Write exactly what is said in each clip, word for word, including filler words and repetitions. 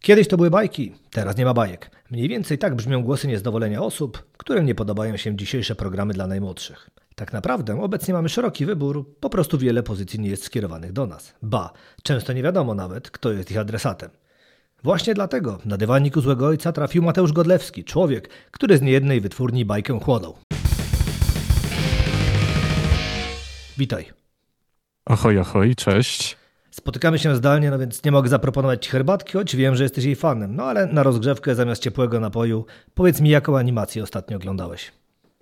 Kiedyś to były bajki, teraz nie ma bajek. Mniej więcej tak brzmią głosy niezadowolenia osób, którym nie podobają się dzisiejsze programy dla najmłodszych. Tak naprawdę obecnie mamy szeroki wybór, po prostu wiele pozycji nie jest skierowanych do nas. Ba, często nie wiadomo nawet, kto jest ich adresatem. Właśnie dlatego na dywanik u złego ojca trafił Mateusz Godlewski, człowiek, który z niejednej wytwórni bajkę chłonął. Witaj. Ahoj, ahoj, cześć. Spotykamy się zdalnie, no więc nie mogę zaproponować ci herbatki, choć wiem, że jesteś jej fanem. No ale na rozgrzewkę zamiast ciepłego napoju, powiedz mi, jaką animację ostatnio oglądałeś?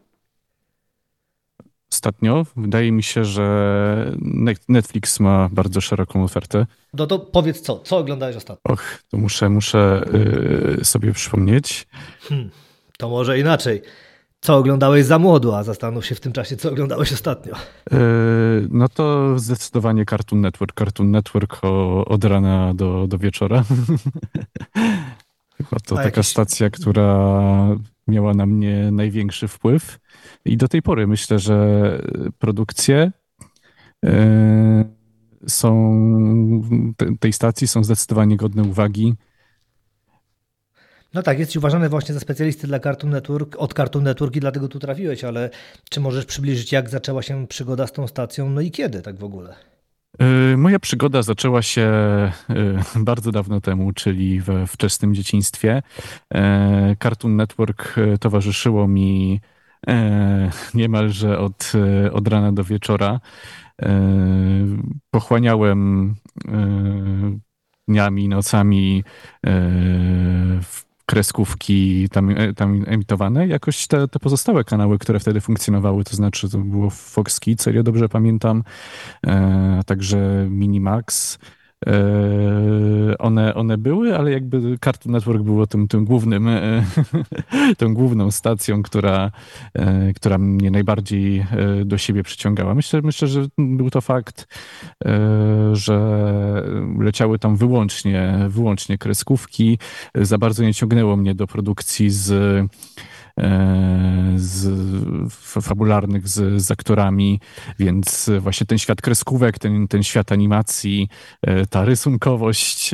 Ostatnio wydaje mi się, że Netflix ma bardzo szeroką ofertę. No to powiedz co, co oglądałeś ostatnio? Och, to muszę, muszę yy, sobie przypomnieć. Hmm, to może inaczej. Co oglądałeś za młodu, a zastanów się w tym czasie, co oglądałeś ostatnio. Yy, no to zdecydowanie Cartoon Network. Cartoon Network o, od rana do, do wieczora. Chyba to A taka jakieś... stacja, która miała na mnie największy wpływ. I do tej pory myślę, że produkcje yy, są te, tej stacji są zdecydowanie godne uwagi. No tak, jesteś uważany właśnie za specjalisty dla Cartoon Network, od Cartoon Network i dlatego tu trafiłeś, ale czy możesz przybliżyć, jak zaczęła się przygoda z tą stacją, no i kiedy tak w ogóle? Moja przygoda zaczęła się bardzo dawno temu, czyli we wczesnym dzieciństwie. Cartoon Network towarzyszyło mi niemalże od, od rana do wieczora. Pochłaniałem dniami, nocami kreskówki tam, tam emitowane. Jakoś te, te pozostałe kanały, które wtedy funkcjonowały, to znaczy to było Fox Kids, o ile dobrze pamiętam, a także Minimax. One, one były, ale jakby Cartoon Network było tym, tym głównym, tą główną stacją, która, która mnie najbardziej do siebie przyciągała. Myślę, myślę, że był to fakt, że leciały tam wyłącznie, wyłącznie kreskówki. Za bardzo nie ciągnęło mnie do produkcji z z fabularnych z, z aktorami, więc właśnie ten świat kreskówek, ten, ten świat animacji, ta rysunkowość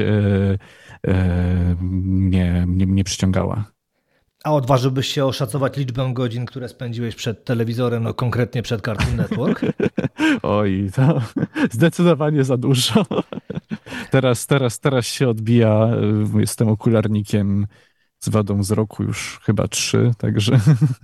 mnie, mnie, mnie przyciągała. A odważyłbyś się oszacować liczbę godzin, które spędziłeś przed telewizorem, no konkretnie przed Cartoon Network? Oj, to zdecydowanie za dużo. Teraz, teraz, teraz się odbija, jestem okularnikiem z wadą wzroku już chyba trzy, także...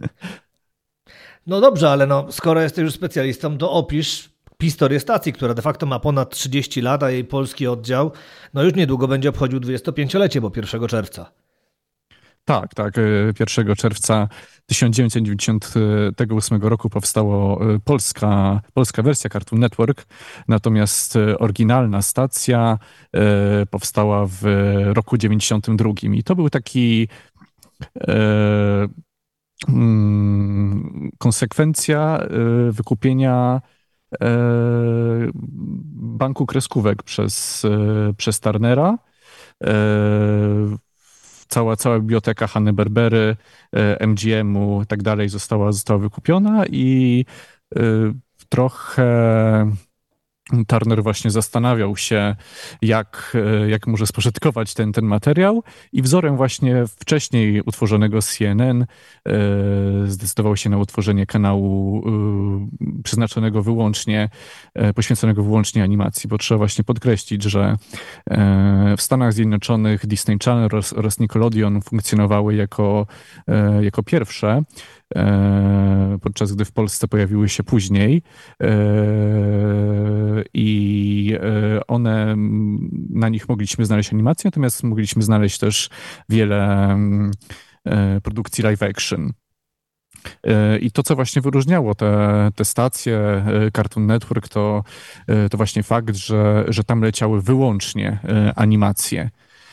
No dobrze, ale no, skoro jesteś już specjalistą, to opisz historię stacji, która de facto ma ponad trzydzieści lat, a jej polski oddział no już niedługo będzie obchodził dwudziestopięciolecie, bo pierwszego czerwca. Tak, tak. pierwszego czerwca tysiąc dziewięćset dziewięćdziesiątego ósmego roku powstała polska, polska wersja Cartoon Network, natomiast oryginalna stacja powstała w roku dziewięćdziesiątym drugim. I to był taki e, mm, konsekwencja wykupienia e, banku kreskówek przez, przez Turnera. E, Cała, cała biblioteka Hanny-Barbery, M G M-u i tak dalej została, została wykupiona i y, trochę Turner właśnie zastanawiał się, jak, jak może spożytkować ten, ten materiał i wzorem właśnie wcześniej utworzonego C N N y, zdecydował się na utworzenie kanału y, przeznaczonego wyłącznie, y, poświęconego wyłącznie animacji, bo trzeba właśnie podkreślić, że y, w Stanach Zjednoczonych Disney Channel oraz, oraz Nickelodeon funkcjonowały jako, y, jako pierwsze, podczas gdy w Polsce pojawiły się później i one, na nich mogliśmy znaleźć animację, natomiast mogliśmy znaleźć też wiele produkcji live action. I to, co właśnie wyróżniało te, te stacje Cartoon Network, to, to właśnie fakt, że, że tam leciały wyłącznie animacje.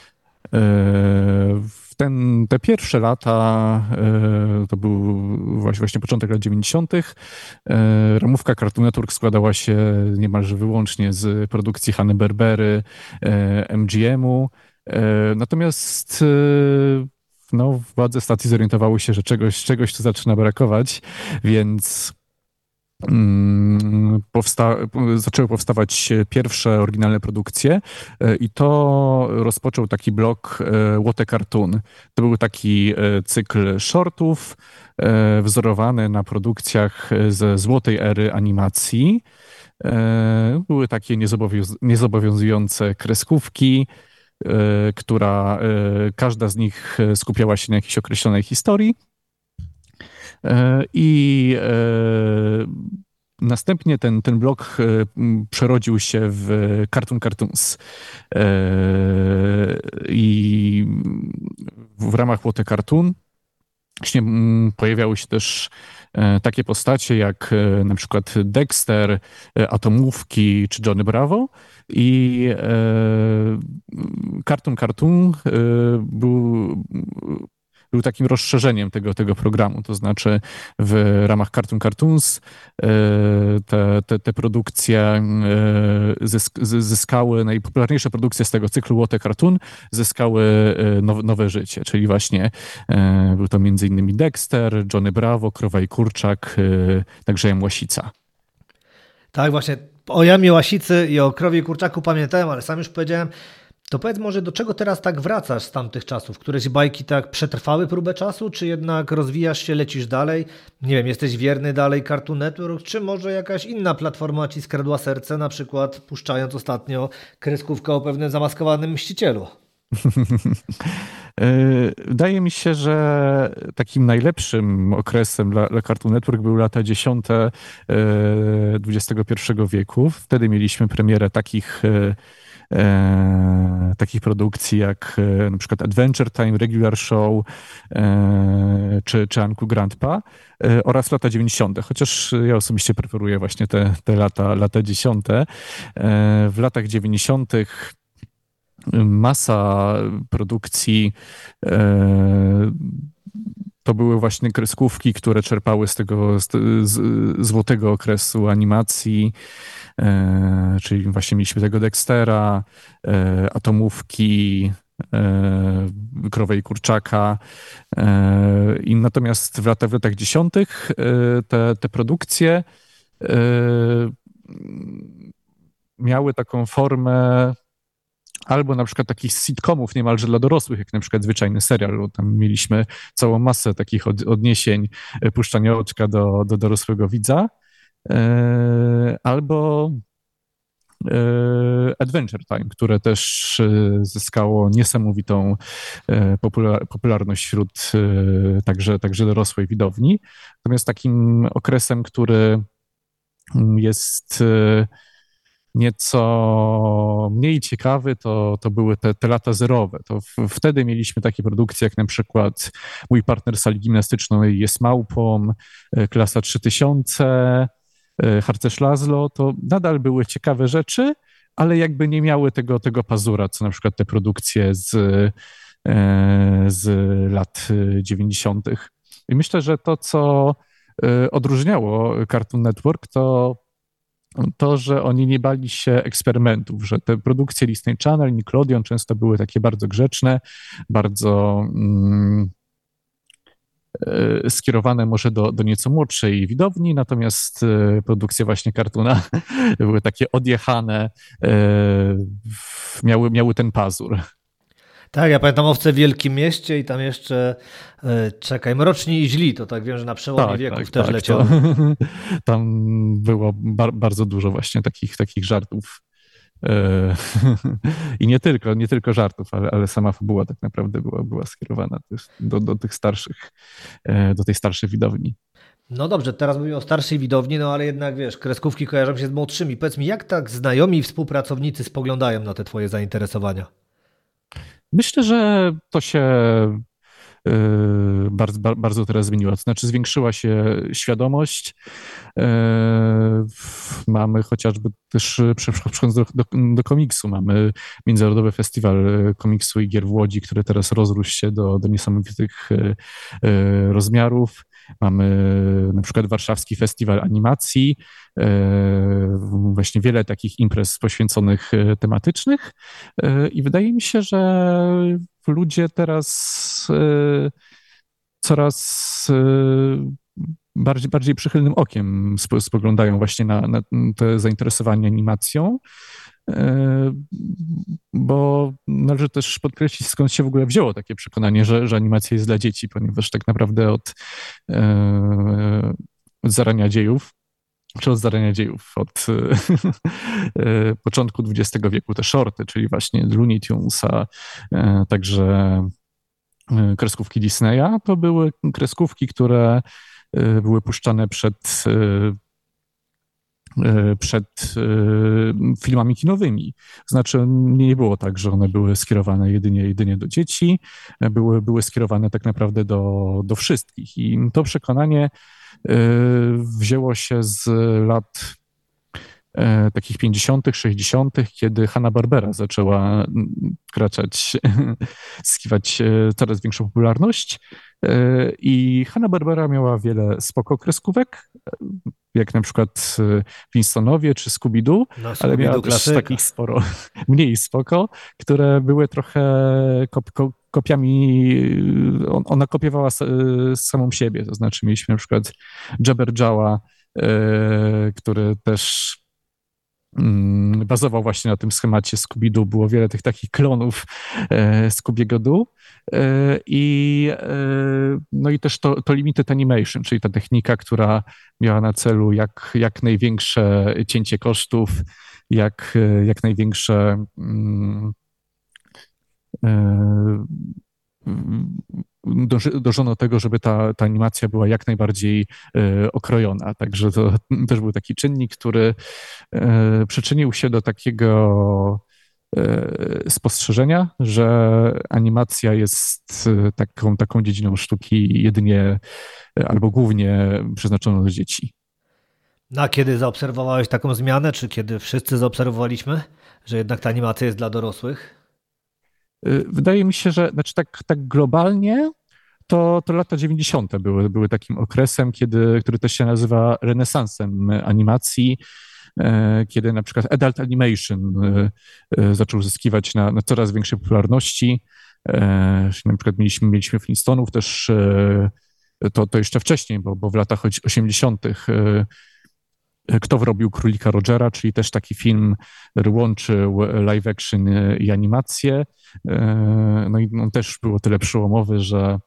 Ten, te pierwsze lata, to był właśnie, właśnie początek lat dziewięćdziesiątych. Ramówka Cartoon Network składała się niemalże wyłącznie z produkcji Hanny-Barbery, M G M-u. Natomiast no, władze stacji zorientowały się, że czegoś, czegoś tu zaczyna brakować, więc mm, powsta- zaczęły powstawać pierwsze oryginalne produkcje e, i to rozpoczął taki blok e, What a Cartoon. To był taki e, cykl shortów e, wzorowany na produkcjach ze złotej ery animacji. E, Były takie niezobowiąz- niezobowiązujące kreskówki, e, która e, każda z nich e, skupiała się na jakiejś określonej historii. E, I e, następnie ten, ten blok e, m, przerodził się w Cartoon Cartoons. E, I w ramach What a Cartoon właśnie mm, pojawiały się też e, takie postacie jak e, na przykład Dexter, e, Atomówki czy Johnny Bravo. I e, Cartoon Cartoon e, był, był takim rozszerzeniem tego, tego programu. To znaczy w ramach Cartoon Cartoons e, te, te, te produkcje e, zysk, zy- zyskały, najpopularniejsze produkcje z tego cyklu What a Cartoon zyskały e, nowe, nowe życie, czyli właśnie e, był to między innymi Dexter, Johnny Bravo, Krowa i Kurczak, e, także Jan Łasica. Tak, właśnie o Jamie Łasicy i o Krowie Kurczaku pamiętałem, ale sam już powiedziałem. To powiedz może, do czego teraz tak wracasz z tamtych czasów? Któreś bajki tak przetrwały próbę czasu, czy jednak rozwijasz się, lecisz dalej? Nie wiem, jesteś wierny dalej Cartoon Network, czy może jakaś inna platforma ci skradła serce, na przykład puszczając ostatnio kreskówkę o pewnym zamaskowanym mścicielu? E, Wydaje mi się, że takim najlepszym okresem dla, dla Cartoon Network były lata dziesiąte e, dwudziestego pierwszego wieku. Wtedy mieliśmy premierę takich, e, e, takich produkcji jak e, na przykład Adventure Time, Regular Show e, czy, czy Uncle Grandpa e, oraz lata dziewięćdziesiąte. Chociaż ja osobiście preferuję właśnie te, te lata, lata dziesiąte. E, W latach dziewięćdziesiątych masa produkcji. e, To były właśnie kreskówki, które czerpały z tego z, z, złotego okresu animacji, e, czyli właśnie mieliśmy tego Dextera, e, Atomówki, e, Krowę i Kurczaka. E, I natomiast w latach, w latach dziesiątych e, te, te produkcje e, miały taką formę albo na przykład takich sitcomów niemalże dla dorosłych, jak na przykład Zwyczajny Serial, bo tam mieliśmy całą masę takich od, odniesień, e, puszczania oczka do, do dorosłego widza, e, albo e, Adventure Time, które też e, zyskało niesamowitą e, popular, popularność wśród e, także, także dorosłej widowni. Natomiast takim okresem, który jest e, nieco mniej ciekawy, to, to były te, te lata zerowe. To w, wtedy mieliśmy takie produkcje jak na przykład Mój partner z sali gimnastycznej jest małpą, e, Klasa trzy tysiące, e, Harcerz Lazlo. To nadal były ciekawe rzeczy, ale jakby nie miały tego, tego pazura, co na przykład te produkcje z, e, z lat dziewięćdziesiątych. I myślę, że to, co e, odróżniało Cartoon Network, to to, że oni nie bali się eksperymentów, że te produkcje Disney Channel, Nickelodeon często były takie bardzo grzeczne, bardzo mm, e, skierowane może do, do nieco młodszej widowni, natomiast e, produkcje właśnie Cartoona były takie odjechane, e, w- miały, miały ten pazur. Tak, ja pamiętam Owce w Wielkim Mieście i tam jeszcze, e, czekaj, Mroczni i Źli, to tak wiem, że na przełomie Tak, wieków tak, też tak. To, leciały. tam było bar, bardzo dużo właśnie takich, takich żartów. E, I nie tylko, nie tylko żartów, ale, ale sama fabuła tak naprawdę była, była skierowana też do, do tych starszych, e, do tej starszej widowni. No dobrze, teraz mówimy o starszej widowni, no ale jednak wiesz, kreskówki kojarzą się z młodszymi. Powiedz mi, jak tak znajomi i współpracownicy spoglądają na te twoje zainteresowania? Myślę, że to się e, bardzo, ba- bardzo teraz zmieniło. To znaczy zwiększyła się świadomość. E, w- Mamy chociażby też, e, prze- przechodząc do, do, do komiksu, mamy Międzynarodowy Festiwal e, Komiksu i Gier w Łodzi, który teraz rozrósł się do, do niesamowitych e, e, rozmiarów. Mamy na przykład Warszawski Festiwal Animacji, e, właśnie wiele takich imprez poświęconych e, tematycznych. E, I wydaje mi się, że ludzie teraz e, coraz e, bardziej, bardziej przychylnym okiem spoglądają właśnie na, na to zainteresowanie animacją. Bo należy też podkreślić, skąd się w ogóle wzięło takie przekonanie, że, że animacja jest dla dzieci, ponieważ tak naprawdę od, od zarania dziejów, czy od zarania dziejów, od początku dwudziestego wieku te shorty, czyli właśnie Looney Tunesa, także kreskówki Disneya, to były kreskówki, które były puszczane przed przed filmami kinowymi. Znaczy nie było tak, że one były skierowane jedynie, jedynie do dzieci, były, były skierowane tak naprawdę do, do wszystkich. I to przekonanie wzięło się z lat takich pięćdziesiątych, sześćdziesiątych, kiedy Hanna-Barbera zaczęła wkraczać, zyskiwać coraz większą popularność. I Hanna-Barbera miała wiele spoko kreskówek, jak na przykład Flintstonowie czy Scooby-Doo, no, Scooby-Doo ale miała klasyka. Też takich sporo mniej spoko, które były trochę kop, kop, kopiami, on, ona kopiowała s, samą siebie, to znaczy mieliśmy na przykład Jabberjawa, który też bazował właśnie na tym schemacie Scooby-Doo. Było wiele tych takich klonów e, Scooby-Doo e, i, e, no i też to, to limited animation, czyli ta technika, która miała na celu jak, jak największe cięcie kosztów, jak, jak największe mm, e, Dąży, dążono do tego, żeby ta, ta animacja była jak najbardziej e, okrojona. Także to też był taki czynnik, który e, przyczynił się do takiego e, spostrzeżenia, że animacja jest taką, taką dziedziną sztuki jedynie albo głównie przeznaczoną dla dzieci. No a kiedy zaobserwowałeś taką zmianę, czy kiedy wszyscy zaobserwowaliśmy, że jednak ta animacja jest dla dorosłych? Wydaje mi się, że znaczy tak, tak globalnie to, to lata dziewięćdziesiąte były, były takim okresem, kiedy, który też się nazywa renesansem animacji, kiedy na przykład adult animation zaczął zyskiwać na, na coraz większej popularności. Na przykład mieliśmy, mieliśmy Flintstonów też, to, to jeszcze wcześniej, bo, bo w latach osiemdziesiątych Kto wrobił Królika Rogera, czyli też taki film, który łączył live action i animację. No i on też był o tyle przełomowy, że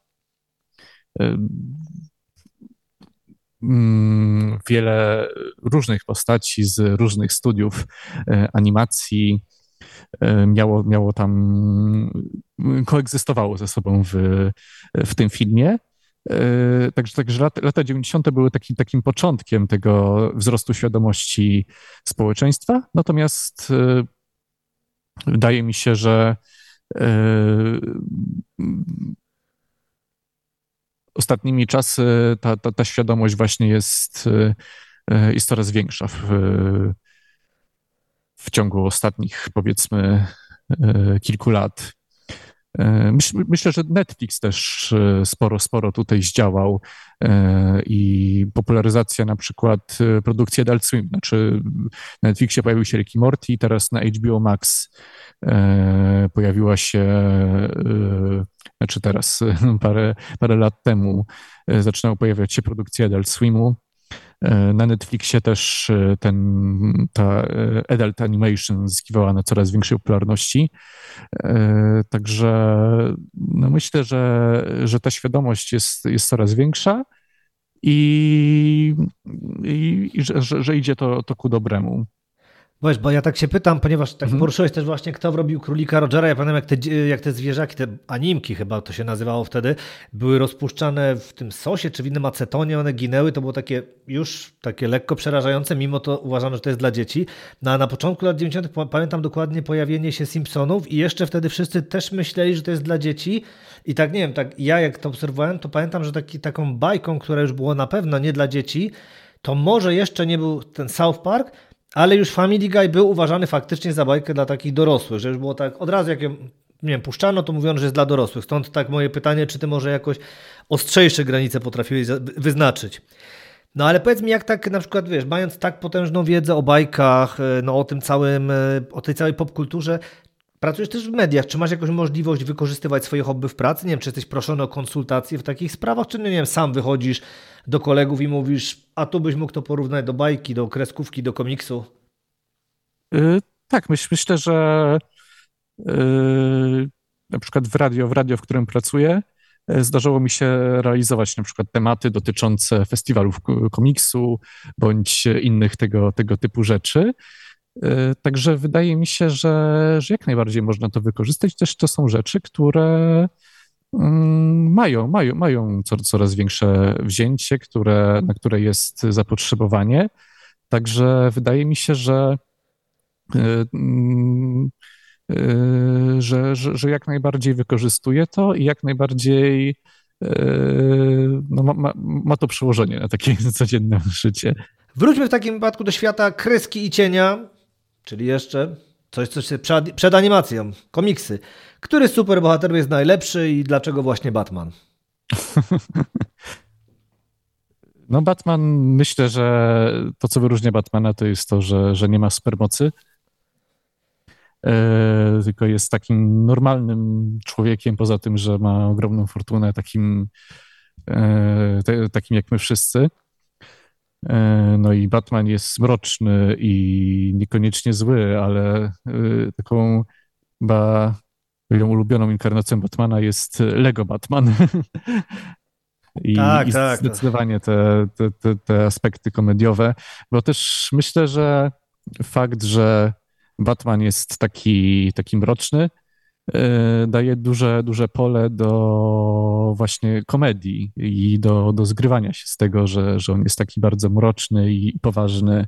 wiele różnych postaci z różnych studiów animacji miało, miało tam, koegzystowało ze sobą w, w tym filmie. Także, także lata, lata dziewięćdziesiąte były taki, takim początkiem tego wzrostu świadomości społeczeństwa, natomiast wydaje mi się, że ostatnimi czasy ta, ta, ta świadomość właśnie jest, jest coraz większa w, w ciągu ostatnich, powiedzmy, kilku lat. Myśl, myślę, że Netflix też sporo, sporo tutaj zdziałał i popularyzacja na przykład produkcji Adult Swim. Znaczy na Netflixie pojawił się Rick i Morty, teraz na H B O Max pojawiła się, znaczy teraz parę, parę lat temu zaczynały pojawiać się produkcje Adult Swimu. Na Netflixie też ten, ta adult animation zyskiwała na coraz większej popularności. Także no myślę, że, że ta świadomość jest, jest coraz większa i, i, i że, że, że idzie to, to ku dobremu. Wiesz, bo ja tak się pytam, ponieważ tak mhm. poruszyłeś też właśnie, kto wrobił Królika Rogera. Ja pamiętam, jak te, jak te zwierzaki, te animki chyba to się nazywało wtedy, były rozpuszczane w tym sosie czy w innym acetonie, one ginęły. To było takie już takie lekko przerażające, mimo to uważano, że to jest dla dzieci. No a na początku lat dziewięćdziesiątych pamiętam dokładnie pojawienie się Simpsonów i jeszcze wtedy wszyscy też myśleli, że to jest dla dzieci. I tak nie wiem, tak ja jak to obserwowałem, to pamiętam, że taki, taką bajką, która już było na pewno nie dla dzieci, to może jeszcze nie był ten South Park, ale już Family Guy był uważany faktycznie za bajkę dla takich dorosłych, że już było tak od razu jak ją, nie wiem, puszczano, to mówiono, że jest dla dorosłych. Stąd tak moje pytanie, czy ty może jakoś ostrzejsze granice potrafiłeś wyznaczyć. No ale powiedz mi, jak tak na przykład, wiesz, mając tak potężną wiedzę o bajkach, no o tym całym, o tej całej popkulturze, Pracujesz też w mediach. Czy masz jakąś możliwość wykorzystywać swoje hobby w pracy? Nie wiem, czy jesteś proszony o konsultacje w takich sprawach, czy nie wiem, sam wychodzisz do kolegów i mówisz, a tu byś mógł to porównać do bajki, do kreskówki, do komiksu? Y, Tak, myśl, myślę, że y, na przykład w radio, w radio, w którym pracuję, y, zdarzyło mi się realizować na przykład tematy dotyczące festiwalów ko- komiksu bądź innych tego, tego typu rzeczy. Y, Także wydaje mi się, że, że jak najbardziej można to wykorzystać. Też to są rzeczy, które mm, mają, mają, mają co- coraz większe wzięcie, które, na które jest zapotrzebowanie. Także wydaje mi się, że y, mm, y, że, że, że jak najbardziej wykorzystuje to i jak najbardziej y, no, ma, ma, ma to przełożenie na takie codzienne życie. Wróćmy w takim wypadku do świata kreski i cienia, czyli jeszcze coś, co się przed, przed animacją, komiksy. Który z superbohaterów jest najlepszy i dlaczego właśnie Batman? No Batman, myślę, że to, co wyróżnia Batmana, to jest to, że, że nie ma supermocy, e, tylko jest takim normalnym człowiekiem, poza tym, że ma ogromną fortunę, takim, e, te, takim jak my wszyscy. E, No i Batman jest mroczny i niekoniecznie zły, ale e, taką chyba moją ulubioną inkarnacją Batmana jest Lego Batman. I, Tak, i tak. To... zdecydowanie te, te, te, te aspekty komediowe, bo też myślę, że fakt, że Batman jest taki, taki mroczny, e, daje duże, duże pole do właśnie komedii i do, do zgrywania się z tego, że, że on jest taki bardzo mroczny i poważny.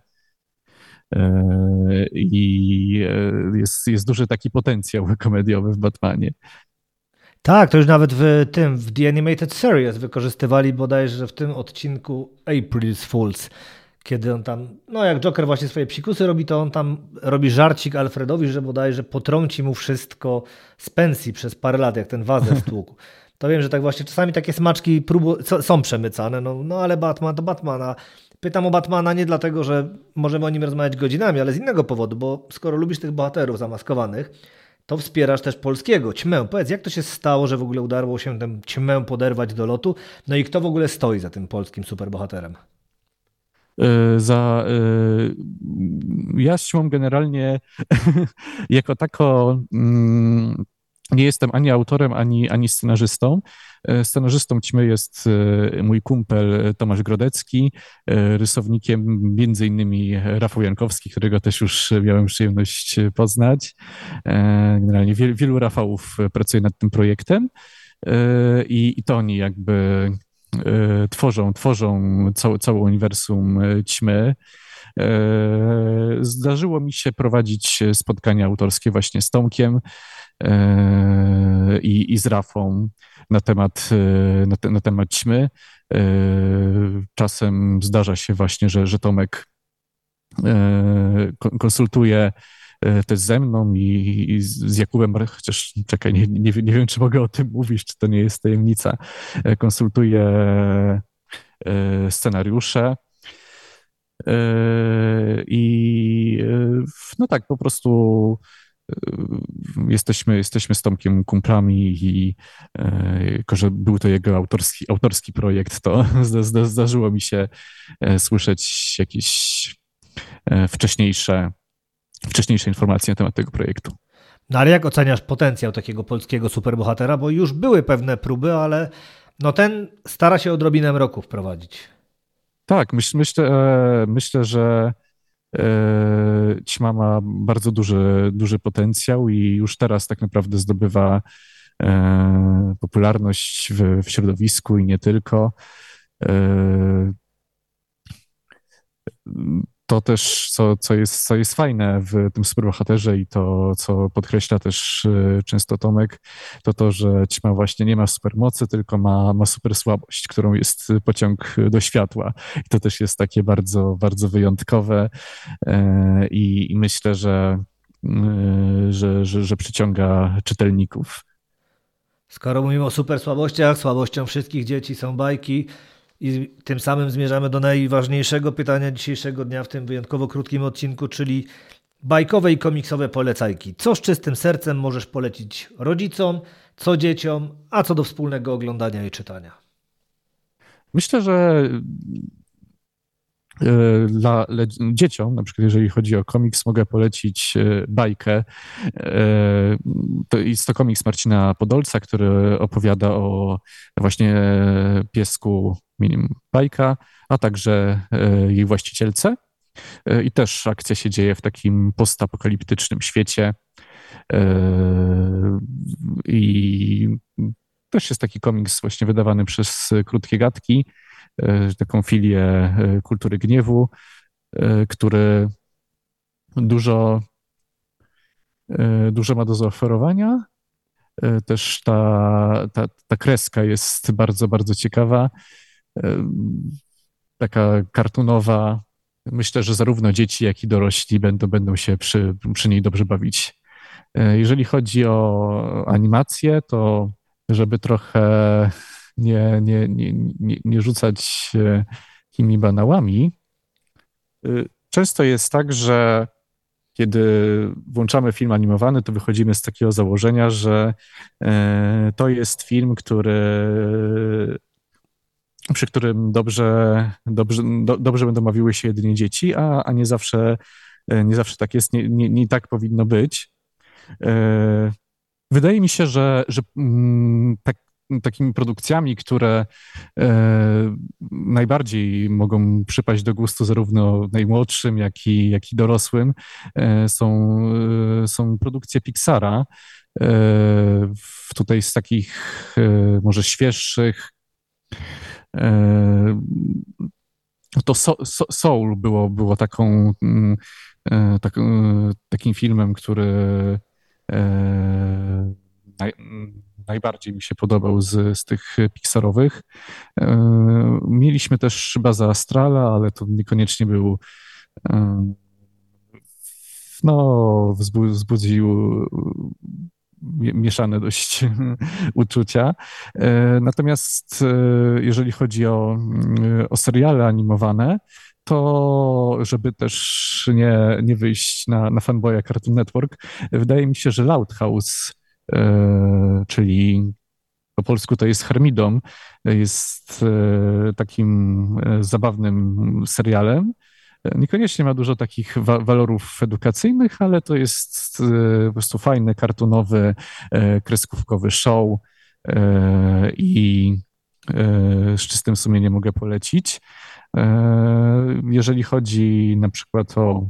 e, I e, jest, jest duży taki potencjał komediowy w Batmanie. Tak, to już nawet w tym, w The Animated Series wykorzystywali bodajże w tym odcinku April's Fools, kiedy on tam, no jak Joker właśnie swoje psikusy robi, to on tam robi żarcik Alfredowi, że bodajże potrąci mu wszystko z pensji przez parę lat, jak ten wazę stłukł. To wiem, że tak właśnie czasami takie smaczki próbu- są przemycane, no, no ale Batman to Batmana. Pytam o Batmana nie dlatego, że możemy o nim rozmawiać godzinami, ale z innego powodu, bo skoro lubisz tych bohaterów zamaskowanych, to wspierasz też polskiego, Ćmę. Powiedz, jak to się stało, że w ogóle udało się tę Ćmę poderwać do lotu? No i kto w ogóle stoi za tym polskim superbohaterem? E, Za, e, ja z Ćmą generalnie jako tako mm, nie jestem ani autorem, ani, ani scenarzystą. E, Scenarzystą Ćmy jest e, mój kumpel Tomasz Grodecki, e, rysownikiem między innymi Rafał Jankowski, którego też już miałem przyjemność poznać. E, Generalnie wielu, wielu Rafałów pracuje nad tym projektem e, i, i to oni jakby e, tworzą, tworzą całe, całe uniwersum e, Ćmy. E, Zdarzyło mi się prowadzić spotkania autorskie właśnie z Tomkiem e, i, i z Rafą na temat, e, na, te, na temat Ćmy. E, Czasem zdarza się właśnie, że, że Tomek e, kon- konsultuje e, też ze mną i, i z z Jakubem, chociaż czekaj, nie, nie, wiem- nie wiem, czy mogę o tym mówić, czy to nie jest tajemnica. E, Konsultuje e, scenariusze. E, I e, no tak, po prostu e, jesteśmy, jesteśmy z Tomkiem kumplami i e, jako, że był to jego autorski, autorski projekt, to zda, zda, zdarzyło mi się e, słyszeć jakieś e, wcześniejsze, wcześniejsze informacje na temat tego projektu. No ale jak oceniasz potencjał takiego polskiego superbohatera? Bo już były pewne próby, ale no ten stara się odrobinę mroku wprowadzić. Tak, myśl, myślę, e, myślę, że e, Ćma ma bardzo duży, duży potencjał i już teraz tak naprawdę zdobywa e, popularność w, w środowisku i nie tylko. E, To też, co, co jest, co jest fajne w tym superbohaterze i to, co podkreśla też e, często Tomek, to to, że Ćma właśnie nie ma supermocy, tylko ma, ma super słabość, którą jest pociąg do światła. I to też jest takie bardzo, bardzo wyjątkowe e, i, i myślę, że, e, że, że, że przyciąga czytelników. Skoro mówimy o super słabościach, słabością wszystkich dzieci są bajki i tym samym zmierzamy do najważniejszego pytania dzisiejszego dnia w tym wyjątkowo krótkim odcinku, czyli Bajkowe i komiksowe polecajki. Co z czystym sercem możesz polecić rodzicom, co dzieciom, a co do wspólnego oglądania i czytania? Myślę, że e, dla le, dzieciom, na przykład jeżeli chodzi o komiks, mogę polecić e, bajkę. E, To jest to komiks Marcina Podolca, który opowiada o właśnie piesku Minim Bajka, a także e, jej właścicielce. E, I też akcja się dzieje w takim postapokaliptycznym świecie. E, I też jest taki komiks właśnie wydawany przez Krótkie Gadki, e, taką filię e, kultury gniewu, e, który dużo, e, dużo ma do zaoferowania. E, Też ta, ta, ta kreska jest bardzo, bardzo ciekawa. E, Taka kartunowa. Myślę, że zarówno dzieci, jak i dorośli będą, będą się przy, przy niej dobrze bawić. E, Jeżeli chodzi o animację, to żeby trochę nie, nie, nie, nie, nie rzucać e, takimi banałami, y, często jest tak, że kiedy włączamy film animowany, to wychodzimy z takiego założenia, że e, to jest film, który, przy którym dobrze, dobrze, do, dobrze będą bawiły się jedynie dzieci, a, a nie zawsze, e, nie zawsze tak jest, nie, nie, nie tak powinno być. E, Wydaje mi się, że, że mm, tak, takimi produkcjami, które e, najbardziej mogą przypaść do gustu zarówno najmłodszym, jak i, jak i dorosłym, e, są, e, są produkcje Pixara. E, w- tutaj z takich e, może świeższych e, to so, so, Soul było, było taką, mm, e, tak, e, takim filmem, który e, naj, najbardziej mi się podobał z, z tych Pixarowych. E, Mieliśmy też Baza Astrala, ale to niekoniecznie był e, no, wzbu, wzbudził mie- mieszane dość uczucia. E, Natomiast e, jeżeli chodzi o, mm, o seriale animowane, to żeby też nie, nie wyjść na, na fanboya Cartoon Network, wydaje mi się, że Loud House, e, czyli po polsku to jest Harmidom, jest e, takim e, zabawnym serialem. E, Niekoniecznie ma dużo takich wa walorów edukacyjnych, ale to jest e, po prostu fajny, kartunowy, e, kreskówkowy show e, i e, z czystym sumieniem mogę polecić. E, Jeżeli chodzi na przykład o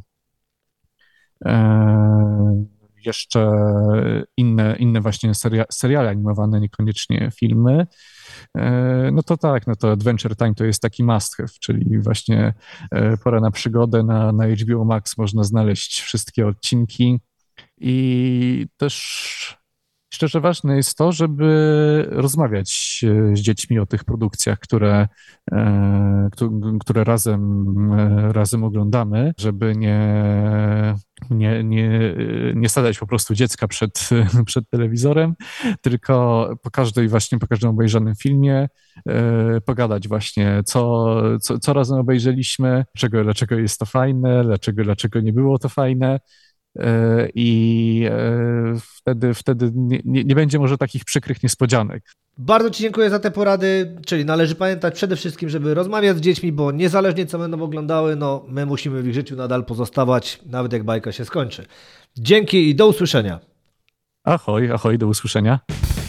e, jeszcze inne, inne właśnie seria, seriale animowane, niekoniecznie filmy, e, no to tak, no to Adventure Time to jest taki must have, czyli właśnie e, pora na przygodę na, na H B O Max można znaleźć wszystkie odcinki i też szczerze ważne jest to, żeby rozmawiać e, z dziećmi o tych produkcjach, które, e, któ- które razem, e, razem oglądamy, żeby nie, nie, nie, nie sadzać po prostu dziecka przed, przed telewizorem, tylko po każdej właśnie, po każdym obejrzanym filmie e, pogadać właśnie, co, co, co razem obejrzeliśmy, dlaczego, dlaczego jest to fajne, dlaczego, dlaczego nie było to fajne. E, I e, wtedy, wtedy nie, nie, nie będzie może takich przykrych niespodzianek. Bardzo Ci dziękuję za te porady, czyli należy pamiętać przede wszystkim, żeby rozmawiać z dziećmi, bo niezależnie co będą oglądały, no my musimy w ich życiu nadal pozostawać, nawet jak bajka się skończy. Dzięki i do usłyszenia. Ahoj, ahoj, do usłyszenia.